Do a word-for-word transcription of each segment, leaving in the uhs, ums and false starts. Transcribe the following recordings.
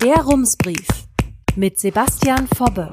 Der Rumsbrief mit Sebastian Fobbe.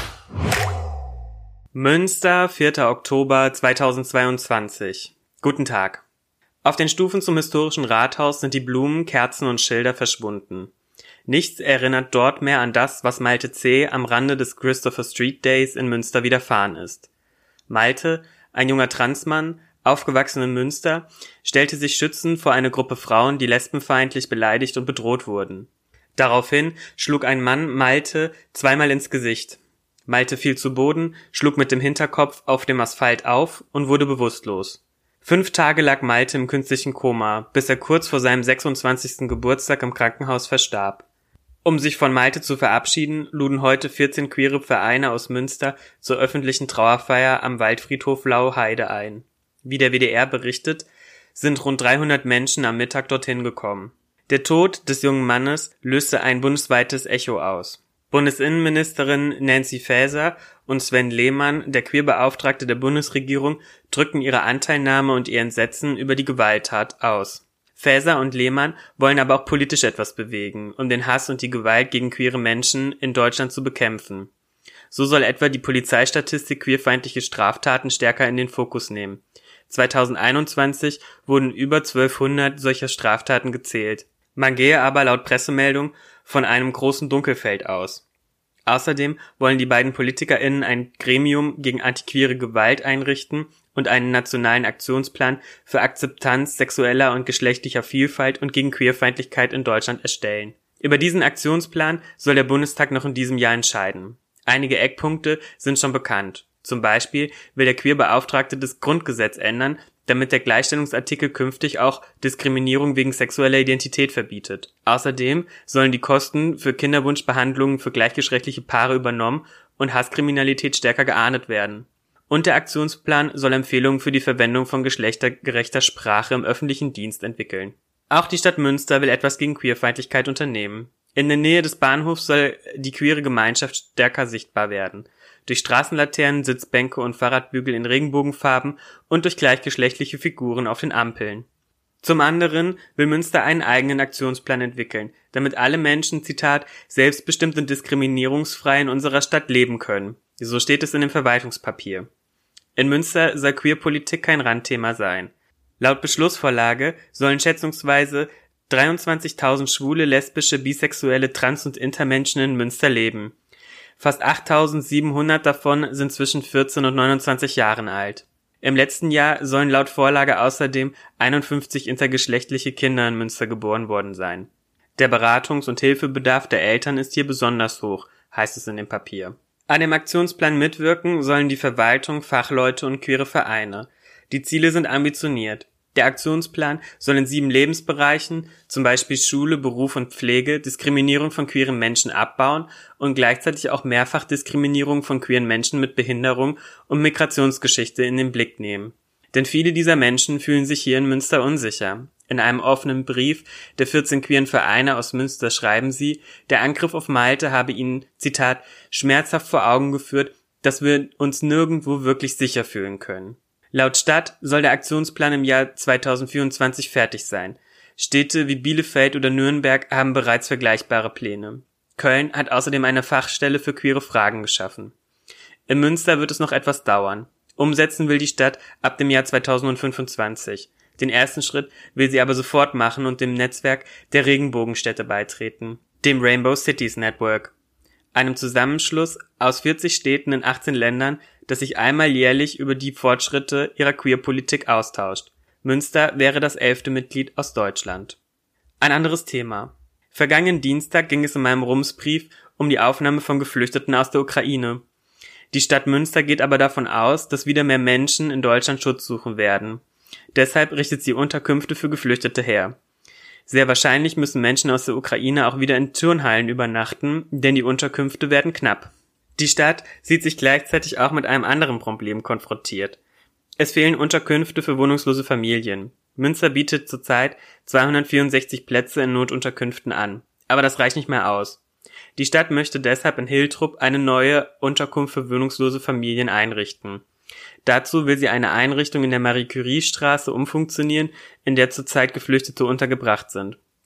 Münster, vierter Oktober zweitausendzweiundzwanzig. Guten Tag. Auf den Stufen zum historischen Rathaus sind die Blumen, Kerzen und Schilder verschwunden. Nichts erinnert dort mehr an das, was Malte C. am Rande des Christopher Street Days in Münster widerfahren ist. Malte, ein junger Transmann, aufgewachsen in Münster, stellte sich schützend vor eine Gruppe Frauen, die lesbenfeindlich beleidigt und bedroht wurden. Daraufhin schlug ein Mann Malte zweimal ins Gesicht. Malte fiel zu Boden, schlug mit dem Hinterkopf auf dem Asphalt auf und wurde bewusstlos. Fünf Tage lag Malte im künstlichen Koma, bis er kurz vor seinem sechsundzwanzigsten Geburtstag im Krankenhaus verstarb. Um sich von Malte zu verabschieden, luden heute vierzehn queere Vereine aus Münster zur öffentlichen Trauerfeier am Waldfriedhof Lauheide ein. Wie der W D R berichtet, sind rund dreihundert Menschen am Mittag dorthin gekommen. Der Tod des jungen Mannes löste ein bundesweites Echo aus. Bundesinnenministerin Nancy Faeser und Sven Lehmann, der Queerbeauftragte der Bundesregierung, drücken ihre Anteilnahme und ihr Entsetzen über die Gewalttat aus. Faeser und Lehmann wollen aber auch politisch etwas bewegen, um den Hass und die Gewalt gegen queere Menschen in Deutschland zu bekämpfen. So soll etwa die Polizeistatistik queerfeindliche Straftaten stärker in den Fokus nehmen. zweitausendeinundzwanzig wurden über zwölfhundert solcher Straftaten gezählt. Man gehe aber laut Pressemeldung von einem großen Dunkelfeld aus. Außerdem wollen die beiden PolitikerInnen ein Gremium gegen antiqueere Gewalt einrichten und einen nationalen Aktionsplan für Akzeptanz sexueller und geschlechtlicher Vielfalt und gegen Queerfeindlichkeit in Deutschland erstellen. Über diesen Aktionsplan soll der Bundestag noch in diesem Jahr entscheiden. Einige Eckpunkte sind schon bekannt. Zum Beispiel will der Queerbeauftragte das Grundgesetz ändern, damit der Gleichstellungsartikel künftig auch Diskriminierung wegen sexueller Identität verbietet. Außerdem sollen die Kosten für Kinderwunschbehandlungen für gleichgeschlechtliche Paare übernommen und Hasskriminalität stärker geahndet werden. Und der Aktionsplan soll Empfehlungen für die Verwendung von geschlechtergerechter Sprache im öffentlichen Dienst entwickeln. Auch die Stadt Münster will etwas gegen Queerfeindlichkeit unternehmen. In der Nähe des Bahnhofs soll die queere Gemeinschaft stärker sichtbar werden. Durch Straßenlaternen, Sitzbänke und Fahrradbügel in Regenbogenfarben und durch gleichgeschlechtliche Figuren auf den Ampeln. Zum anderen will Münster einen eigenen Aktionsplan entwickeln, damit alle Menschen, Zitat, selbstbestimmt und diskriminierungsfrei in unserer Stadt leben können. So steht es in dem Verwaltungspapier. In Münster soll Queerpolitik kein Randthema sein. Laut Beschlussvorlage sollen schätzungsweise dreiundzwanzigtausend schwule, lesbische, bisexuelle, trans- und intermenschen in Münster leben. Fast achttausendsiebenhundert davon sind zwischen vierzehn und neunundzwanzig Jahren alt. Im letzten Jahr sollen laut Vorlage außerdem einundfünfzig intergeschlechtliche Kinder in Münster geboren worden sein. Der Beratungs- und Hilfebedarf der Eltern ist hier besonders hoch, heißt es in dem Papier. An dem Aktionsplan mitwirken sollen die Verwaltung, Fachleute und queere Vereine. Die Ziele sind ambitioniert. Der Aktionsplan soll in sieben Lebensbereichen, zum Beispiel Schule, Beruf und Pflege, Diskriminierung von queeren Menschen abbauen und gleichzeitig auch Mehrfachdiskriminierung von queeren Menschen mit Behinderung und Migrationsgeschichte in den Blick nehmen. Denn viele dieser Menschen fühlen sich hier in Münster unsicher. In einem offenen Brief der vierzehn queeren Vereine aus Münster schreiben sie, der Angriff auf Malte habe ihnen, Zitat, schmerzhaft vor Augen geführt, dass wir uns nirgendwo wirklich sicher fühlen können. Laut Stadt soll der Aktionsplan im Jahr zweitausendvierundzwanzig fertig sein. Städte wie Bielefeld oder Nürnberg haben bereits vergleichbare Pläne. Köln hat außerdem eine Fachstelle für queere Fragen geschaffen. In Münster wird es noch etwas dauern. Umsetzen will die Stadt ab dem Jahr zweitausendfünfundzwanzig. Den ersten Schritt will sie aber sofort machen und dem Netzwerk der Regenbogenstädte beitreten, dem Rainbow Cities Network, einem Zusammenschluss aus vierzig Städten in achtzehn Ländern, das sich einmal jährlich über die Fortschritte ihrer Queerpolitik austauscht. Münster wäre das elfte Mitglied aus Deutschland. Ein anderes Thema. Vergangenen Dienstag ging es in meinem Rumsbrief um die Aufnahme von Geflüchteten aus der Ukraine. Die Stadt Münster geht aber davon aus, dass wieder mehr Menschen in Deutschland Schutz suchen werden. Deshalb richtet sie Unterkünfte für Geflüchtete her. Sehr wahrscheinlich müssen Menschen aus der Ukraine auch wieder in Turnhallen übernachten, denn die Unterkünfte werden knapp. Die Stadt sieht sich gleichzeitig auch mit einem anderen Problem konfrontiert. Es fehlen Unterkünfte für wohnungslose Familien. Münster bietet zurzeit zweihundertvierundsechzig Plätze in Notunterkünften an, aber das reicht nicht mehr aus. Die Stadt möchte deshalb in Hiltrup eine neue Unterkunft für wohnungslose Familien einrichten. Dazu will sie eine Einrichtung in der Marie-Curie-Straße umfunktionieren, in der zurzeit Geflüchtete untergebracht sind.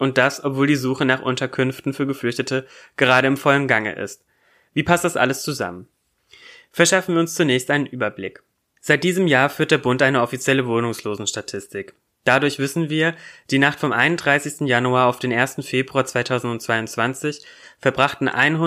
Und das, obwohl die Suche nach Unterkünften für Geflüchtete gerade im vollen Gange ist. Wie passt das alles zusammen? Verschaffen wir uns zunächst einen Überblick. Seit diesem Jahr führt der Bund eine offizielle Wohnungslosenstatistik. Dadurch wissen wir, die Nacht vom einunddreißigsten Januar auf den ersten Februar zweitausendzweiundzwanzig verbrachten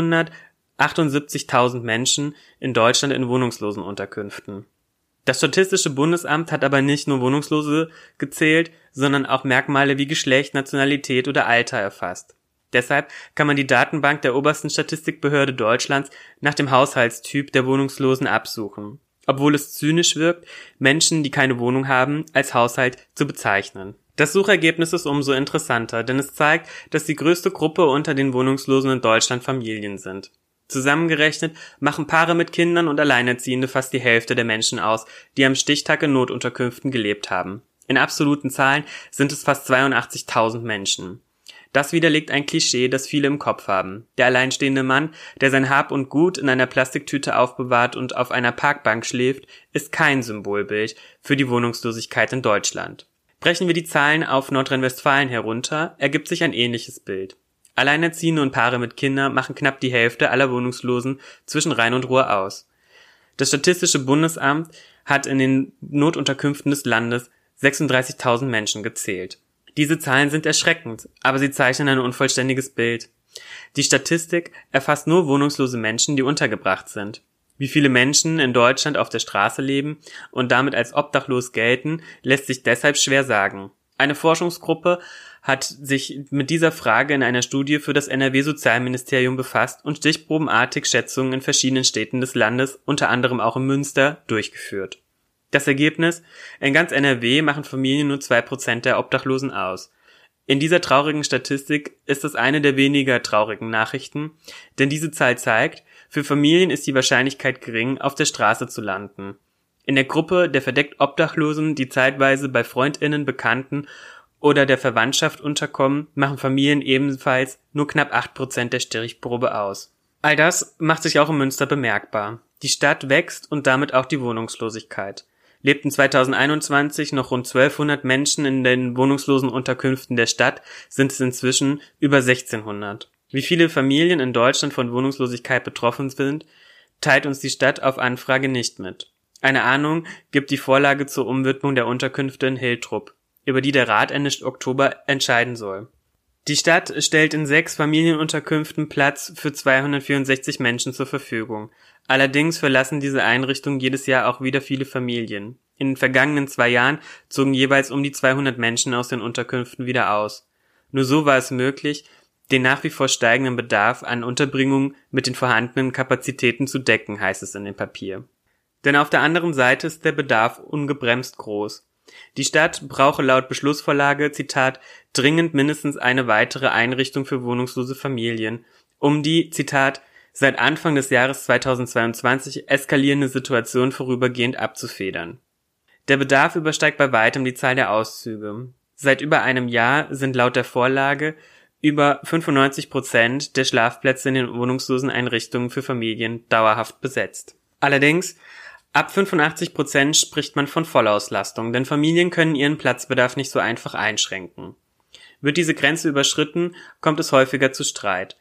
hundertachtundsiebzigtausend Menschen in Deutschland in Wohnungslosenunterkünften. Das Statistische Bundesamt hat aber nicht nur Wohnungslose gezählt, sondern auch Merkmale wie Geschlecht, Nationalität oder Alter erfasst. Deshalb kann man die Datenbank der obersten Statistikbehörde Deutschlands nach dem Haushaltstyp der Wohnungslosen absuchen, obwohl es zynisch wirkt, Menschen, die keine Wohnung haben, als Haushalt zu bezeichnen. Das Suchergebnis ist umso interessanter, denn es zeigt, dass die größte Gruppe unter den Wohnungslosen in Deutschland Familien sind. Zusammengerechnet machen Paare mit Kindern und Alleinerziehende fast die Hälfte der Menschen aus, die am Stichtag in Notunterkünften gelebt haben. In absoluten Zahlen sind es fast zweiundachtzigtausend Menschen. Das widerlegt ein Klischee, das viele im Kopf haben. Der alleinstehende Mann, der sein Hab und Gut in einer Plastiktüte aufbewahrt und auf einer Parkbank schläft, ist kein Symbolbild für die Wohnungslosigkeit in Deutschland. Brechen wir die Zahlen auf Nordrhein-Westfalen herunter, ergibt sich ein ähnliches Bild. Alleinerziehende und Paare mit Kindern machen knapp die Hälfte aller Wohnungslosen zwischen Rhein und Ruhr aus. Das Statistische Bundesamt hat in den Notunterkünften des Landes sechsunddreißigtausend Menschen gezählt. Diese Zahlen sind erschreckend, aber sie zeichnen ein unvollständiges Bild. Die Statistik erfasst nur wohnungslose Menschen, die untergebracht sind. Wie viele Menschen in Deutschland auf der Straße leben und damit als obdachlos gelten, lässt sich deshalb schwer sagen. Eine Forschungsgruppe hat sich mit dieser Frage in einer Studie für das N R W-Sozialministerium befasst und stichprobenartig Schätzungen in verschiedenen Städten des Landes, unter anderem auch in Münster, durchgeführt. Das Ergebnis: In ganz N R W machen Familien nur zwei Prozent der Obdachlosen aus. In dieser traurigen Statistik ist es eine der weniger traurigen Nachrichten, denn diese Zahl zeigt, für Familien ist die Wahrscheinlichkeit gering, auf der Straße zu landen. In der Gruppe der verdeckt Obdachlosen, die zeitweise bei FreundInnen, Bekannten oder der Verwandtschaft unterkommen, machen Familien ebenfalls nur knapp acht Prozent der Stichprobe aus. All das macht sich auch in Münster bemerkbar. Die Stadt wächst und damit auch die Wohnungslosigkeit. Lebten zweitausendeinundzwanzig noch rund zwölfhundert Menschen in den wohnungslosen Unterkünften der Stadt, sind es inzwischen über sechzehnhundert. Wie viele Familien in Deutschland von Wohnungslosigkeit betroffen sind, teilt uns die Stadt auf Anfrage nicht mit. Eine Ahnung gibt die Vorlage zur Umwidmung der Unterkünfte in Hiltrup, über die der Rat Ende Oktober entscheiden soll. Die Stadt stellt in sechs Familienunterkünften Platz für zweihundertvierundsechzig Menschen zur Verfügung. Allerdings verlassen diese Einrichtungen jedes Jahr auch wieder viele Familien. In den vergangenen zwei Jahren zogen jeweils um die zweihundert Menschen aus den Unterkünften wieder aus. Nur so war es möglich, den nach wie vor steigenden Bedarf an Unterbringung mit den vorhandenen Kapazitäten zu decken, heißt es in dem Papier. Denn auf der anderen Seite ist der Bedarf ungebremst groß. Die Stadt brauche laut Beschlussvorlage, Zitat, dringend mindestens eine weitere Einrichtung für wohnungslose Familien, um die, Zitat, seit Anfang des Jahres zweitausendzweiundzwanzig eskalierende Situation vorübergehend abzufedern. Der Bedarf übersteigt bei weitem die Zahl der Auszüge. Seit über einem Jahr sind laut der Vorlage über fünfundneunzig Prozent der Schlafplätze in den wohnungslosen Einrichtungen für Familien dauerhaft besetzt. Allerdings, ab fünfundachtzig Prozent spricht man von Vollauslastung, denn Familien können ihren Platzbedarf nicht so einfach einschränken. Wird diese Grenze überschritten, kommt es häufiger zu Streit.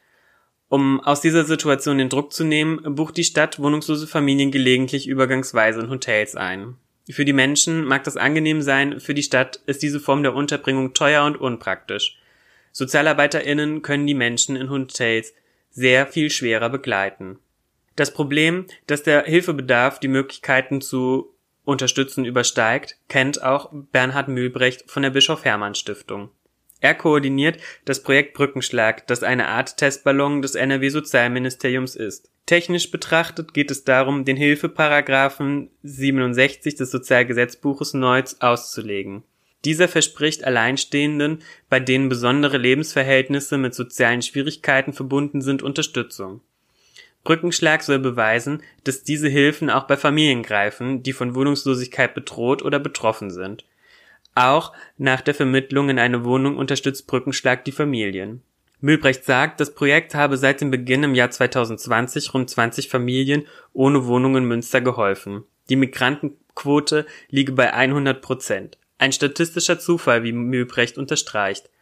Um aus dieser Situation den Druck zu nehmen, bucht die Stadt wohnungslose Familien gelegentlich übergangsweise in Hotels ein. Für die Menschen mag das angenehm sein, für die Stadt ist diese Form der Unterbringung teuer und unpraktisch. SozialarbeiterInnen können die Menschen in Hotels sehr viel schwerer begleiten. Das Problem, dass der Hilfebedarf die Möglichkeiten zu unterstützen übersteigt, kennt auch Bernhard Mühlbrecht von der Bischof-Hermann-Stiftung. Er koordiniert das Projekt Brückenschlag, das eine Art Testballon des N R W-Sozialministeriums ist. Technisch betrachtet geht es darum, den Hilfeparagraphen siebenundsechzig des Sozialgesetzbuches neu auszulegen. Dieser verspricht Alleinstehenden, bei denen besondere Lebensverhältnisse mit sozialen Schwierigkeiten verbunden sind, Unterstützung. Brückenschlag soll beweisen, dass diese Hilfen auch bei Familien greifen, die von Wohnungslosigkeit bedroht oder betroffen sind. Auch nach der Vermittlung in eine Wohnung unterstützt Brückenschlag die Familien. Mühlbrecht sagt, das Projekt habe seit dem Beginn im Jahr zweitausendzwanzig rund zwanzig Familien ohne Wohnung in Münster geholfen. Die Migrantenquote liege bei hundert Prozent. Ein statistischer Zufall, wie Mühlbrecht unterstreicht.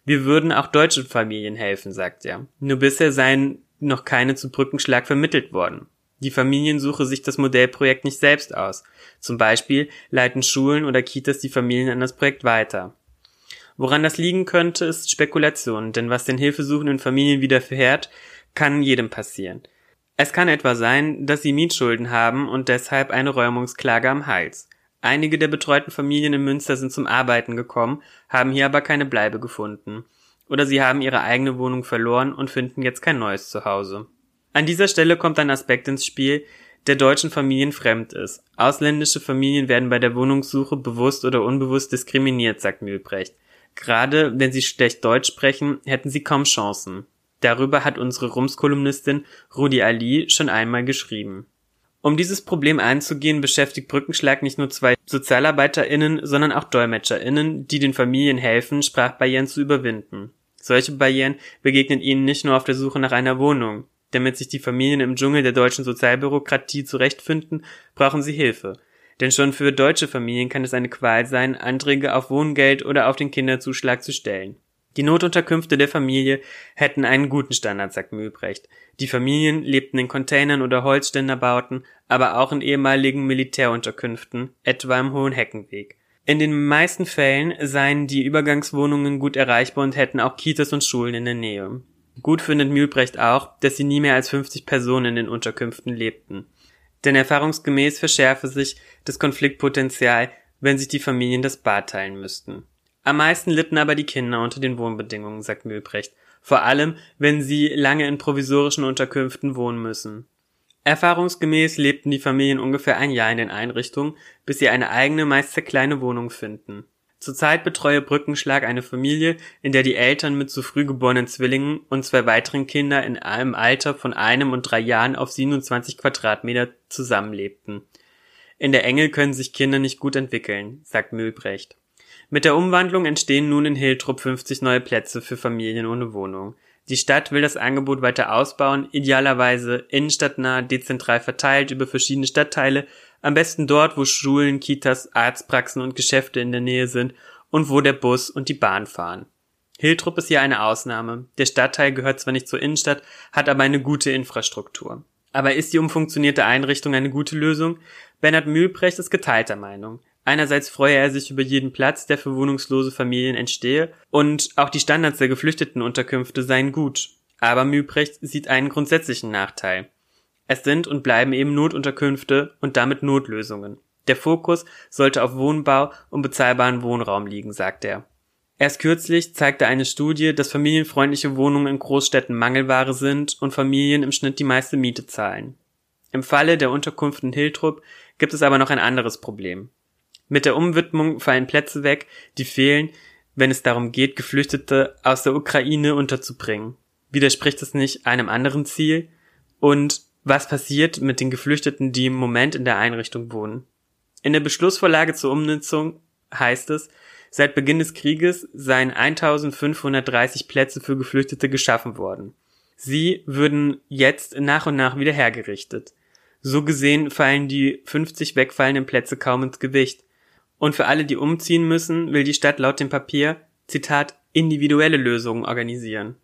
Wir würden auch deutschen Familien helfen, sagt er. Nur bisher seien noch keine zu Brückenschlag vermittelt worden. Die Familien suche sich das Modellprojekt nicht selbst aus. Zum Beispiel leiten Schulen oder Kitas die Familien an das Projekt weiter. Woran das liegen könnte, ist Spekulation, denn was den hilfesuchenden Familien widerfährt, kann jedem passieren. Es kann etwa sein, dass sie Mietschulden haben und deshalb eine Räumungsklage am Hals. Einige der betreuten Familien in Münster sind zum Arbeiten gekommen, haben hier aber keine Bleibe gefunden. Oder sie haben ihre eigene Wohnung verloren und finden jetzt kein neues Zuhause. An dieser Stelle kommt ein Aspekt ins Spiel, der deutschen Familien fremd ist. Ausländische Familien werden bei der Wohnungssuche bewusst oder unbewusst diskriminiert, sagt Mühlbrecht. Gerade wenn sie schlecht Deutsch sprechen, hätten sie kaum Chancen. Darüber hat unsere Rums-Kolumnistin Rudi Ali schon einmal geschrieben. Um dieses Problem anzugehen, beschäftigt Brückenschlag nicht nur zwei SozialarbeiterInnen, sondern auch DolmetscherInnen, die den Familien helfen, Sprachbarrieren zu überwinden. Solche Barrieren begegnen ihnen nicht nur auf der Suche nach einer Wohnung. Damit sich die Familien im Dschungel der deutschen Sozialbürokratie zurechtfinden, brauchen sie Hilfe. Denn schon für deutsche Familien kann es eine Qual sein, Anträge auf Wohngeld oder auf den Kinderzuschlag zu stellen. Die Notunterkünfte der Familie hätten einen guten Standard, sagt Mühlbrecht. Die Familien lebten in Containern oder Holzständerbauten, aber auch in ehemaligen Militärunterkünften, etwa im Hohenheckenweg. In den meisten Fällen seien die Übergangswohnungen gut erreichbar und hätten auch Kitas und Schulen in der Nähe. Gut findet Mühlbrecht auch, dass sie nie mehr als fünfzig Personen in den Unterkünften lebten. Denn erfahrungsgemäß verschärfe sich das Konfliktpotenzial, wenn sich die Familien das Bad teilen müssten. Am meisten litten aber die Kinder unter den Wohnbedingungen, sagt Mühlbrecht. Vor allem, wenn sie lange in provisorischen Unterkünften wohnen müssen. Erfahrungsgemäß lebten die Familien ungefähr ein Jahr in den Einrichtungen, bis sie eine eigene, meist sehr kleine Wohnung finden. Zurzeit betreue Brückenschlag eine Familie, in der die Eltern mit zu früh geborenen Zwillingen und zwei weiteren Kinder in einem Alter von einem und drei Jahren auf siebenundzwanzig Quadratmeter zusammenlebten. In der Enge können sich Kinder nicht gut entwickeln, sagt Mühlbrecht. Mit der Umwandlung entstehen nun in Hiltrup fünfzig neue Plätze für Familien ohne Wohnung. Die Stadt will das Angebot weiter ausbauen, idealerweise innenstadtnah, dezentral verteilt über verschiedene Stadtteile, am besten dort, wo Schulen, Kitas, Arztpraxen und Geschäfte in der Nähe sind und wo der Bus und die Bahn fahren. Hiltrup ist hier eine Ausnahme. Der Stadtteil gehört zwar nicht zur Innenstadt, hat aber eine gute Infrastruktur. Aber ist die umfunktionierte Einrichtung eine gute Lösung? Bernhard Mühlbrecht ist geteilter Meinung. Einerseits freue er sich über jeden Platz, der für wohnungslose Familien entstehe, und auch die Standards der Geflüchtetenunterkünfte seien gut. Aber Mühlbrecht sieht einen grundsätzlichen Nachteil. Es sind und bleiben eben Notunterkünfte und damit Notlösungen. Der Fokus sollte auf Wohnbau und bezahlbaren Wohnraum liegen, sagt er. Erst kürzlich zeigte eine Studie, dass familienfreundliche Wohnungen in Großstädten Mangelware sind und Familien im Schnitt die meiste Miete zahlen. Im Falle der Unterkunft in Hiltrup gibt es aber noch ein anderes Problem. Mit der Umwidmung fallen Plätze weg, die fehlen, wenn es darum geht, Geflüchtete aus der Ukraine unterzubringen. Widerspricht es nicht einem anderen Ziel? Und was passiert mit den Geflüchteten, die im Moment in der Einrichtung wohnen? In der Beschlussvorlage zur Umnutzung heißt es, seit Beginn des Krieges seien eintausendfünfhundertdreißig Plätze für Geflüchtete geschaffen worden. Sie würden jetzt nach und nach wieder hergerichtet. So gesehen fallen die fünfzig wegfallenden Plätze kaum ins Gewicht. Und für alle, die umziehen müssen, will die Stadt laut dem Papier, Zitat, individuelle Lösungen organisieren.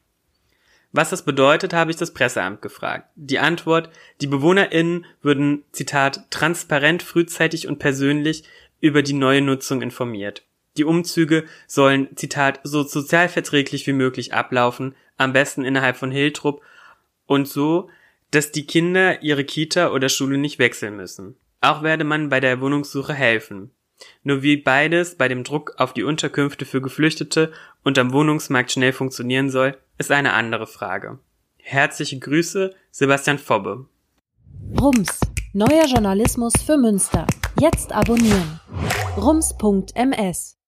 Was das bedeutet, habe ich das Presseamt gefragt. Die Antwort, die BewohnerInnen würden, Zitat, transparent, frühzeitig und persönlich über die neue Nutzung informiert. Die Umzüge sollen, Zitat, so sozialverträglich wie möglich ablaufen, am besten innerhalb von Hiltrup und so, dass die Kinder ihre Kita oder Schule nicht wechseln müssen. Auch werde man bei der Wohnungssuche helfen. Nur wie beides bei dem Druck auf die Unterkünfte für Geflüchtete und am Wohnungsmarkt schnell funktionieren soll, ist eine andere Frage. Herzliche Grüße, Sebastian Fobbe. Rums, neuer Journalismus für Münster. Jetzt abonnieren. rums punkt ms